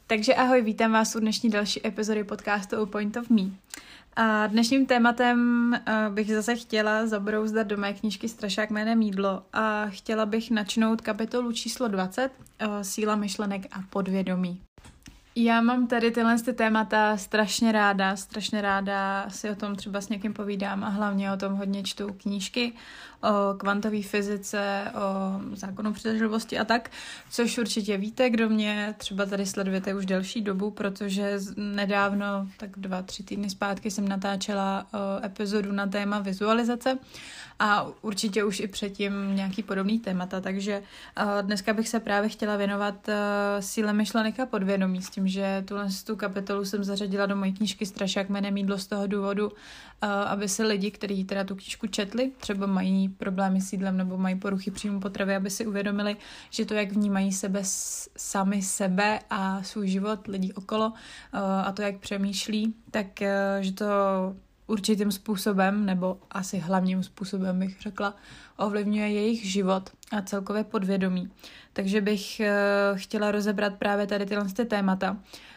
Takže ahoj, vítám vás u dnešní další epizody podcastu A Point of Me. A dnešním tématem bych zase chtěla zabrouzdat do mé knížky Strašák jménem Jídlo a chtěla bych načnout kapitolu číslo 20, Síla myšlenek a podvědomí. Já mám tady tyhle témata strašně ráda si o tom třeba s někým povídám a hlavně o tom hodně čtu knížky o kvantové fyzice, o zákonu přitažlivosti a tak, což určitě víte, kdo mě třeba tady sledujete už delší dobu, protože nedávno, tak 2-3 týdny zpátky jsem natáčela epizodu na téma vizualizace a určitě už i předtím nějaký podobný témata, takže dneska bych se právě chtěla věnovat síle myšlenek a podvědomí s tím, že tu kapitolu jsem zařadila do mojí knížky Strašák jménem Jídlo z toho důvodu, aby se lidi, kteří teda tu knížku četli, třeba mají problémy s jídlem nebo mají poruchy příjmu potravy, aby si uvědomili, že to, jak vnímají sami sebe a svůj život, lidí okolo a to, jak přemýšlí, tak že to určitým způsobem, nebo asi hlavním způsobem bych řekla, ovlivňuje jejich život a celkově podvědomí. Takže bych chtěla rozebrat právě tady tyhle témata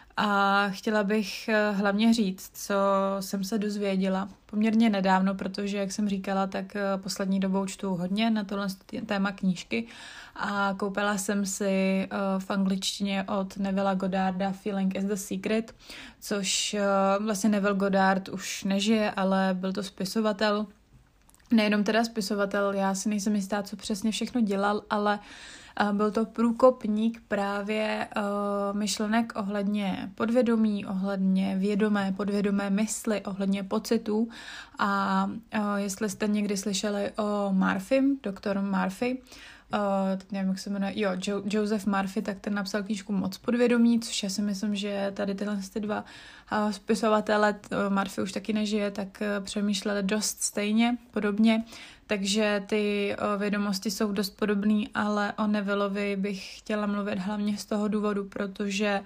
a chtěla bych hlavně říct, co jsem se dozvěděla poměrně nedávno, protože, jak jsem říkala, tak poslední dobou čtu hodně na tohle téma knížky a koupila jsem si v angličtině od Nevilla Goddarda Feeling is the Secret, což vlastně Neville Goddard už nežije, ale byl to spisovatel. Nejenom teda spisovatel, já si nejsem jistá, co přesně všechno dělal, ale byl to průkopník právě myšlenek ohledně podvědomí, ohledně podvědomé mysli, ohledně pocitů. A jestli jste někdy slyšeli o Murphym, doktor Murphy, teď nevím, jak se jmenuje, Joseph Murphy, tak ten napsal knížku Moc podvědomí, což já si myslím, že tady tyhle dva spisovatele, Murphy už taky nežije, tak přemýšleli dost stejně, podobně, takže ty vědomosti jsou dost podobný, ale o Nevillovi bych chtěla mluvit hlavně z toho důvodu, protože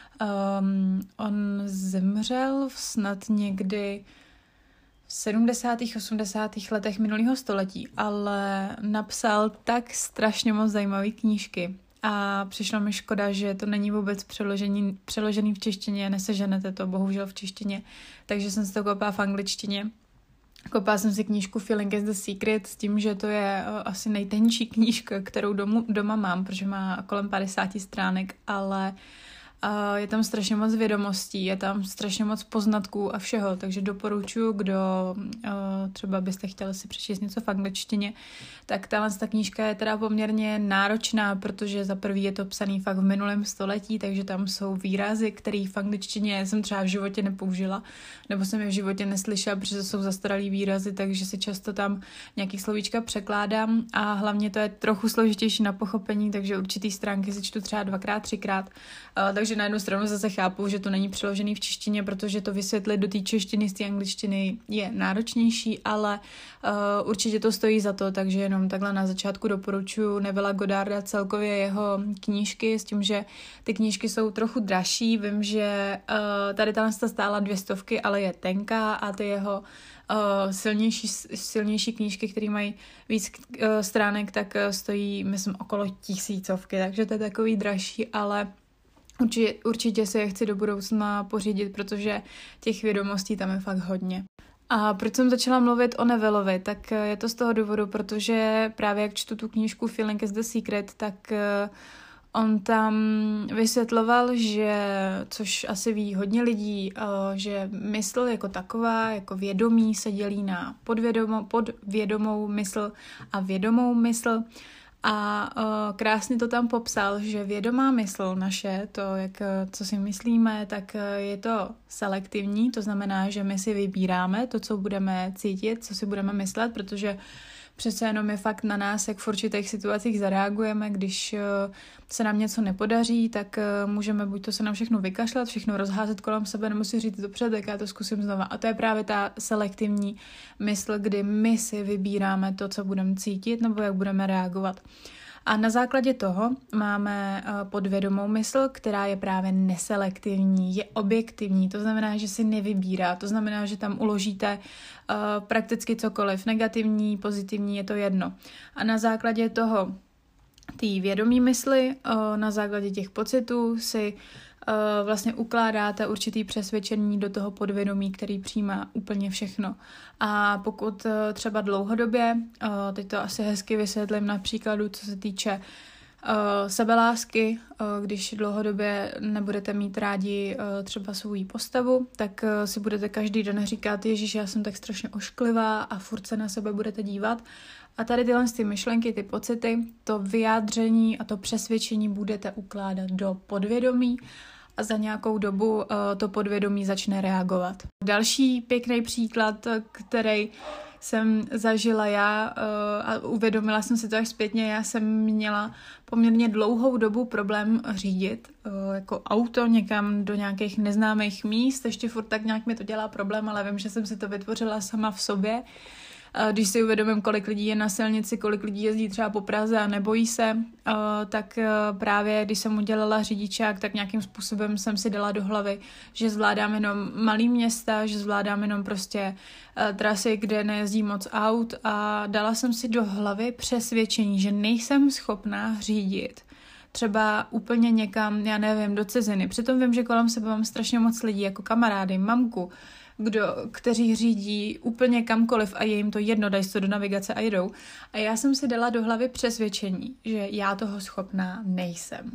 on zemřel snad někdy v 70. 80. letech minulého století, ale napsal tak strašně moc zajímavé knížky a přišlo mi škoda, že to není vůbec přeložený v češtině, neseženete to bohužel v češtině, takže jsem si to koupila v angličtině. Koupila jsem si knížku Feeling is the Secret s tím, že to je asi nejtenčí knížka, kterou doma mám, protože má kolem 50 stránek, ale je tam strašně moc vědomostí, je tam strašně moc poznatků a všeho, takže doporučuji, kdo třeba byste chtěli si přečíst něco v angličtině, tak ta knížka je teda poměrně náročná, protože za prvý je to psaný fakt v minulém století, takže tam jsou výrazy, které v angličtině jsem třeba v životě nepoužila, nebo jsem je v životě neslyšela, protože to jsou zastaralý výrazy, takže si často tam nějaký slovíčka překládám a hlavně to je trochu složitější na pochopení, takže určitý stránky si čtu třeba 2x, 3x, takže na jednu stranu zase chápu, že to není přeložený v češtině, protože to vysvětlit do té češtiny z té angličtiny je náročnější, ale určitě to stojí za to, takže jenom takhle na začátku doporučuji Nevilla Goddarda celkově jeho knížky, s tím, že ty knížky jsou trochu dražší. Vím, že tady tam stála 200, ale je tenká a ty jeho silnější knížky, které mají víc stránek, tak stojí, myslím, okolo 1000, takže to je takový dražší, ale určitě si je chci do budoucna pořídit, protože těch vědomostí tam je fakt hodně. A proč jsem začala mluvit o Nevillovi, tak je to z toho důvodu, protože právě jak čtu tu knížku Feeling is the Secret, tak on tam vysvětloval, že, což asi ví hodně lidí, že mysl jako taková, jako vědomí se dělí na podvědomou mysl a vědomou mysl. A krásně to tam popsal, že vědomá mysl naše, to, co si myslíme, tak je to selektivní, to znamená, že my si vybíráme to, co budeme cítit, co si budeme myslet, protože přece jenom je fakt na nás, jak v určitých situacích zareagujeme, když se nám něco nepodaří, tak můžeme buď to se nám všechno vykašlat, všechno rozházet kolem sebe, nebo si říct dobře, tak já to zkusím znova. A to je právě ta selektivní mysl, kdy my si vybíráme to, co budeme cítit, nebo jak budeme reagovat. A na základě toho máme podvědomou mysl, která je právě neselektivní, je objektivní, to znamená, že si nevybírá, to znamená, že tam uložíte prakticky cokoliv, negativní, pozitivní, je to jedno. A na základě toho té vědomí mysli, na základě těch pocitů si vlastně ukládáte určitý přesvědčení do toho podvědomí, který přijímá úplně všechno. A pokud třeba dlouhodobě, teď to asi hezky vysvětlím na příkladu, co se týče sebelásky, když dlouhodobě nebudete mít rádi třeba svou postavu, tak si budete každý den říkat, Ježíš, já jsem tak strašně ošklivá a furt se na sebe budete dívat. A tady tyhle ty myšlenky, ty pocity, to vyjádření a to přesvědčení budete ukládat do podvědomí a za nějakou dobu to podvědomí začne reagovat. Další pěkný příklad, který jsem zažila já a uvědomila jsem si to až zpětně, já jsem měla poměrně dlouhou dobu problém řídit jako auto někam do nějakých neznámých míst, ještě furt tak nějak mi to dělá problém, ale vím, že jsem si to vytvořila sama v sobě. Když si uvědomím, kolik lidí je na silnici, kolik lidí jezdí třeba po Praze a nebojí se, tak právě když jsem udělala řidičák, tak nějakým způsobem jsem si dala do hlavy, že zvládám jenom malý města, že zvládám jenom prostě trasy, kde nejezdí moc aut a dala jsem si do hlavy přesvědčení, že nejsem schopná řídit třeba úplně někam, já nevím, do ciziny. Přitom vím, že kolem sebe mám strašně moc lidí, jako kamarády, mamku, kteří řídí úplně kamkoliv a je jim to jedno, dají to do navigace a jedou. A já jsem si dala do hlavy přesvědčení, že já toho schopná nejsem.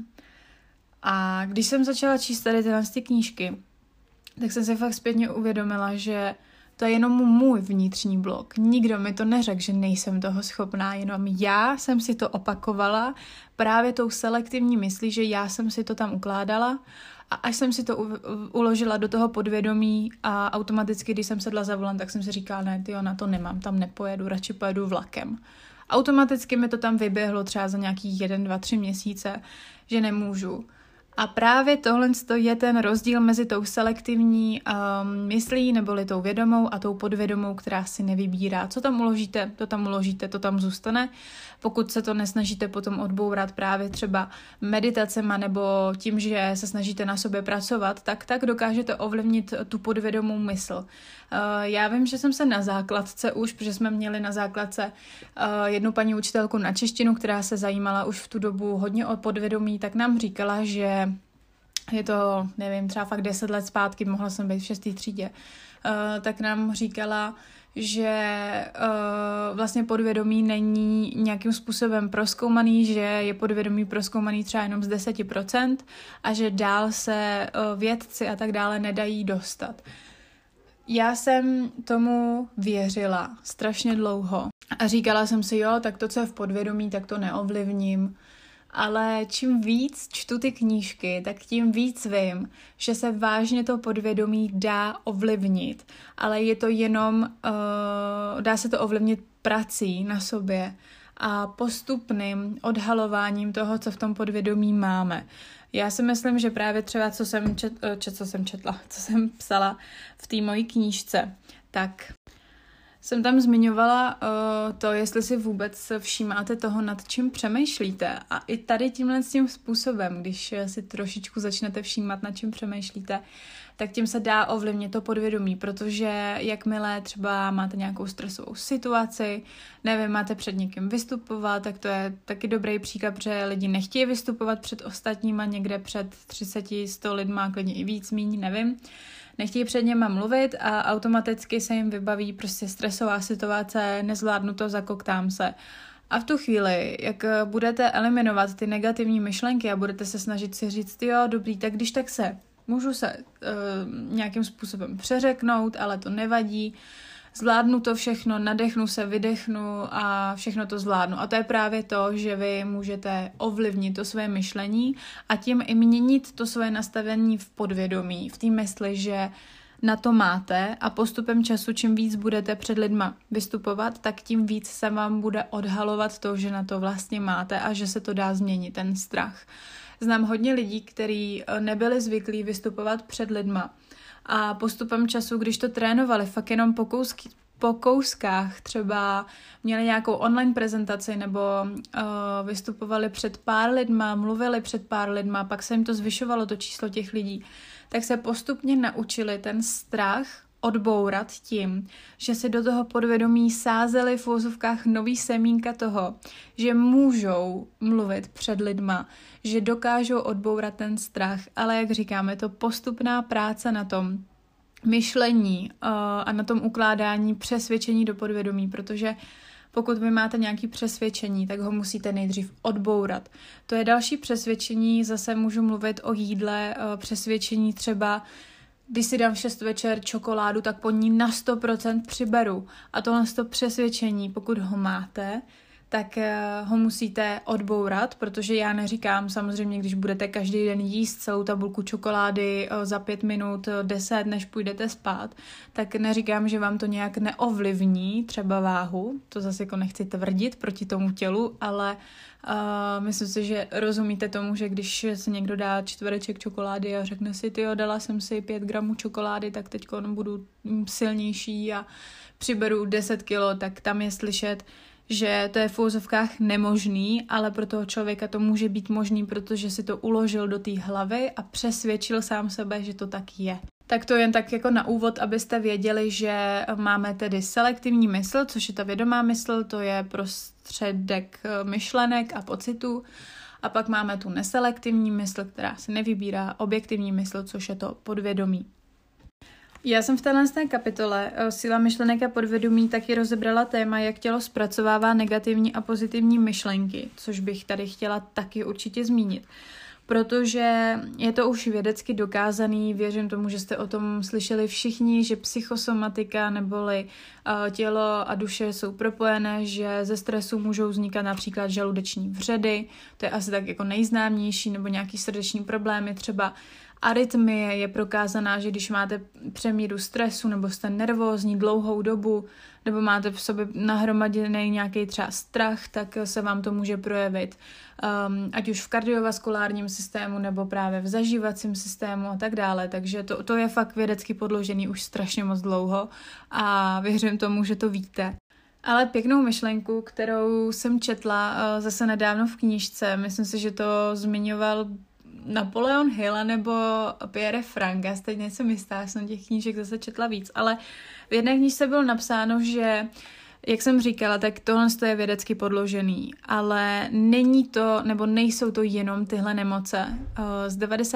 A když jsem začala číst tady tyhle knížky, tak jsem si fakt zpětně uvědomila, že to je jenom můj vnitřní blok. Nikdo mi to neřekl, že nejsem toho schopná, jenom já jsem si to opakovala právě tou selektivní myslí, že já jsem si to tam ukládala a až jsem si to uložila do toho podvědomí a automaticky, když jsem sedla za volant, tak jsem si říkala, ne, tyjo, na to nemám, tam nepojedu, radši pojedu vlakem. Automaticky mi to tam vyběhlo třeba za nějaký 1, 2, 3 měsíce, že nemůžu. A právě tohle je ten rozdíl mezi tou selektivní myslí, neboli tou vědomou a tou podvědomou, která si nevybírá. Co tam uložíte, to tam zůstane. Pokud se to nesnažíte potom odbourat právě třeba meditacema nebo tím, že se snažíte na sobě pracovat, tak dokážete ovlivnit tu podvědomou mysl. Já vím, že jsem se na základce už, protože jsme měli na základce jednu paní učitelku na češtinu, která se zajímala už v tu dobu hodně o podvědomí, tak nám říkala, že je to, nevím, třeba fakt 10 let zpátky, mohla jsem být v 6. třídě, tak nám říkala, že vlastně podvědomí není nějakým způsobem prozkoumaný, že je podvědomí prozkoumaný třeba jenom z 10% a že dál se vědci a tak dále nedají dostat. Já jsem tomu věřila strašně dlouho a říkala jsem si, jo, tak to, co je v podvědomí, tak to neovlivním. Ale čím víc čtu ty knížky, tak tím víc vím, že se vážně to podvědomí dá ovlivnit, ale je to jenom, dá se to ovlivnit prací na sobě a postupným odhalováním toho, co v tom podvědomí máme. Já si myslím, že právě třeba, co jsem psala v té mojí knížce, tak jsem tam zmiňovala to, jestli si vůbec všímáte toho, nad čím přemýšlíte. A i tady tímhle tím způsobem, když si trošičku začnete všímat, nad čím přemýšlíte, tak tím se dá ovlivnit to podvědomí, protože jakmile třeba máte nějakou stresovou situaci, nevím, máte před někým vystupovat, tak to je taky dobrý příklad, protože lidi nechtějí vystupovat před ostatníma, někde před 30, 100 lidma, klidně i víc, míň, nevím. Nechtějí před něma mluvit a automaticky se jim vybaví prostě stresová situace, nezvládnu to, zakoktám se. A v tu chvíli, jak budete eliminovat ty negativní myšlenky a budete se snažit si říct, jo, dobrý, tak když tak můžu se nějakým způsobem přeřeknout, ale to nevadí, zvládnu to všechno, nadechnu se, vydechnu a všechno to zvládnu. A to je právě to, že vy můžete ovlivnit to své myšlení a tím i měnit to své nastavení v podvědomí, v té mysli, že na to máte a postupem času, čím víc budete před lidma vystupovat, tak tím víc se vám bude odhalovat to, že na to vlastně máte a že se to dá změnit, ten strach. Znám hodně lidí, kteří nebyli zvyklí vystupovat před lidma a postupem času, když to trénovali fakt jenom po kouskách, třeba měli nějakou online prezentaci nebo vystupovali před pár lidma, mluvili před pár lidma, pak se jim to zvyšovalo, to číslo těch lidí, tak se postupně naučili ten strach odbourat tím, že si do toho podvědomí sázeli v uvozovkách nový semínka toho, že můžou mluvit před lidma, že dokážou odbourat ten strach, ale jak říkáme, to postupná práce na tom myšlení a na tom ukládání přesvědčení do podvědomí, protože pokud vy máte nějaké přesvědčení, tak ho musíte nejdřív odbourat. To je další přesvědčení, zase můžu mluvit o jídle, přesvědčení třeba, když si dám v 6 večer čokoládu, tak po ní na 100% přiberu. A tohle přesvědčení, pokud ho máte, tak ho musíte odbourat, protože já neříkám samozřejmě, když budete každý den jíst celou tabulku čokolády za 5 minut, 10, než půjdete spát, tak neříkám, že vám to nějak neovlivní třeba váhu, to zase jako nechci tvrdit proti tomu tělu, ale myslím si, že rozumíte tomu, že když se někdo dá čtvereček čokolády a řekne si, tyjo, dala jsem si 5 gramů čokolády, tak teď budu silnější a přiberu 10 kilo, tak tam je slyšet, že to je v úvozovkách nemožný, ale pro toho člověka to může být možný, protože si to uložil do té hlavy a přesvědčil sám sebe, že to tak je. Tak to jen tak jako na úvod, abyste věděli, že máme tedy selektivní mysl, což je ta vědomá mysl, to je prostředek myšlenek a pocitů. A pak máme tu neselektivní mysl, která se nevybírá, objektivní mysl, což je to podvědomí. Já jsem v této kapitole Síla myšlenek a podvědomí taky rozebrala téma, jak tělo zpracovává negativní a pozitivní myšlenky, což bych tady chtěla taky určitě zmínit. Protože je to už vědecky dokázaný, věřím tomu, že jste o tom slyšeli všichni, že psychosomatika neboli tělo a duše jsou propojené, že ze stresu můžou vznikat například žaludeční vředy, to je asi tak jako nejznámější, nebo nějaký srdeční problémy, třeba arytmie je prokázaná, že když máte přemíru stresu nebo jste nervózní dlouhou dobu nebo máte v sobě nahromaděný nějaký třeba strach, tak se vám to může projevit. Ať už v kardiovaskulárním systému nebo právě v zažívacím systému a tak dále. Takže to je fakt vědecky podložený už strašně moc dlouho a věřím tomu, že to víte. Ale pěknou myšlenku, kterou jsem četla zase nedávno v knížce, myslím si, že to zmiňoval Napoleon Hill nebo Pierre Frank, já teď nejsem jistá, jsem těch knížek zase četla víc, ale v jedné knížce bylo napsáno, že, jak jsem říkala, tak tohle je vědecky podložený, ale není to, nebo nejsou to jenom tyhle nemoce. Z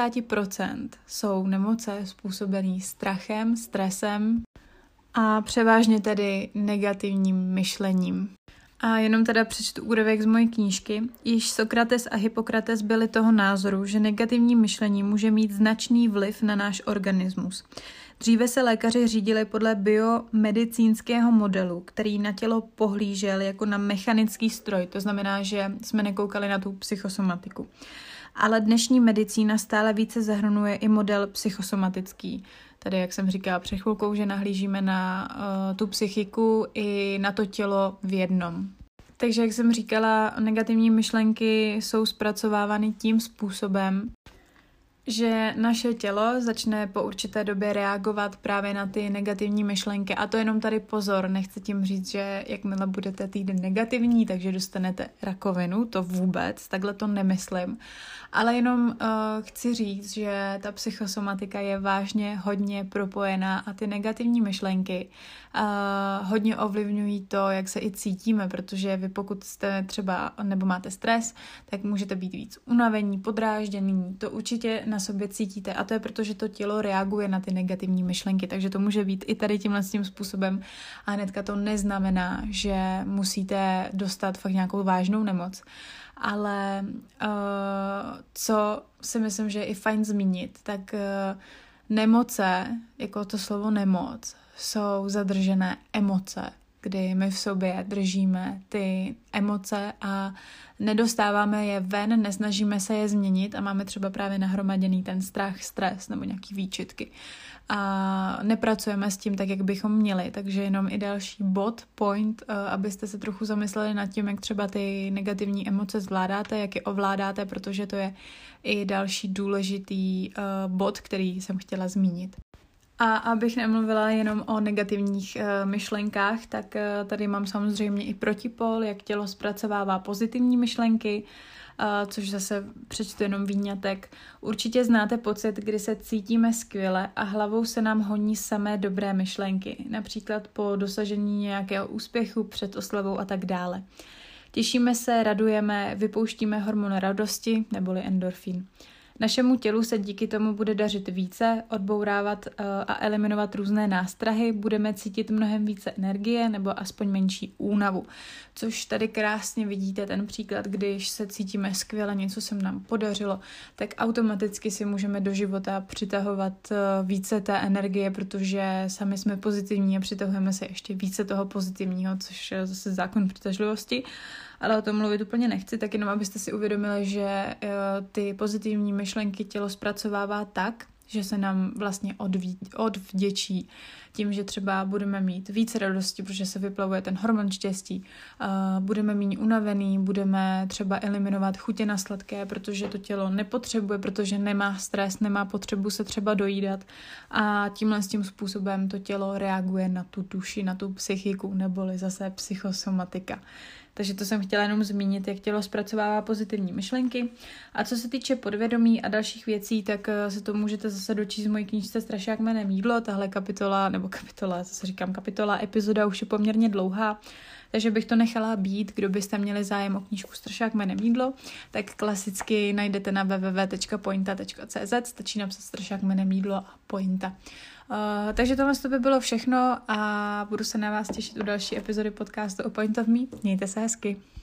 90% jsou nemoce způsobené strachem, stresem a převážně tedy negativním myšlením. A jenom teda přečtu úryvek z mojí knížky. Již Sokrates a Hippokrates byli toho názoru, že negativní myšlení může mít značný vliv na náš organismus. Dříve se lékaři řídili podle biomedicínského modelu, který na tělo pohlížel jako na mechanický stroj, to znamená, že jsme nekoukali na tu psychosomatiku. Ale dnešní medicína stále více zahrnuje i model psychosomatický. Tady, jak jsem říkala před chvilkou, že nahlížíme na tu psychiku i na to tělo v jednom. Takže, jak jsem říkala, negativní myšlenky jsou zpracovávány tím způsobem, že naše tělo začne po určité době reagovat právě na ty negativní myšlenky. A to jenom tady pozor, nechci tím říct, že jakmile budete týden negativní, takže dostanete rakovinu, to vůbec, takhle to nemyslím. Ale jenom chci říct, že ta psychosomatika je vážně hodně propojená a ty negativní myšlenky hodně ovlivňují to, jak se i cítíme, protože vy pokud jste třeba nebo máte stres, tak můžete být víc unavení, podrážděný, to určitě na sobě cítíte a to je proto, že to tělo reaguje na ty negativní myšlenky, takže to může být i tady tímhle tím způsobem a hnedka to neznamená, že musíte dostat fakt nějakou vážnou nemoc. Ale co si myslím, že je i fajn zmínit, tak nemoce, jako to slovo nemoc, jsou zadržené emoce, kdy my v sobě držíme ty emoce a nedostáváme je ven, nesnažíme se je změnit a máme třeba právě nahromaděný ten strach, stres nebo nějaký výčitky. A nepracujeme s tím tak, jak bychom měli, takže jenom i další point, abyste se trochu zamysleli nad tím, jak třeba ty negativní emoce zvládáte, jak je ovládáte, protože to je i další důležitý bod, který jsem chtěla zmínit. A abych nemluvila jenom o negativních myšlenkách, tak tady mám samozřejmě i protipol, jak tělo zpracovává pozitivní myšlenky což zase přečtu jenom výňatek. Určitě znáte pocit, kdy se cítíme skvěle a hlavou se nám honí samé dobré myšlenky, například po dosažení nějakého úspěchu, před oslavou a tak dále. Těšíme se, radujeme, vypouštíme hormon radosti neboli endorfín. Našemu tělu se díky tomu bude dařit více, odbourávat a eliminovat různé nástrahy, budeme cítit mnohem více energie nebo aspoň menší únavu. Což tady krásně vidíte ten příklad, když se cítíme skvěle, něco se nám podařilo, tak automaticky si můžeme do života přitahovat více té energie, protože sami jsme pozitivní a přitahujeme se ještě více toho pozitivního, což je zase zákon přitažlivosti. Ale o tom mluvit úplně nechci, tak jenom abyste si uvědomili, že ty pozitivní myšlenky tělo zpracovává tak, že se nám vlastně odvděčí tím, že třeba budeme mít více radosti, protože se vyplavuje ten hormon štěstí, budeme méně unavený, budeme třeba eliminovat chutě na sladké, protože to tělo nepotřebuje, protože nemá stres, nemá potřebu se třeba dojídat a tímhle s tím způsobem to tělo reaguje na tu duši, na tu psychiku, neboli zase psychosomatika. Takže to jsem chtěla jenom zmínit, jak tělo zpracovává pozitivní myšlenky. A co se týče podvědomí a dalších věcí, tak se to můžete zase dočíst v mojí knížce Strašák jménem Jídlo. Tahle kapitola, epizoda už je poměrně dlouhá, takže bych to nechala být. Kdo byste měli zájem o knížku Strašák jménem Jídlo, tak klasicky najdete na www.pointa.cz, stačí napsat Strašák jménem Jídlo a Pointa. Takže tohle by bylo všechno a budu se na vás těšit u další epizody podcastu o Point of Me. Mějte se hezky.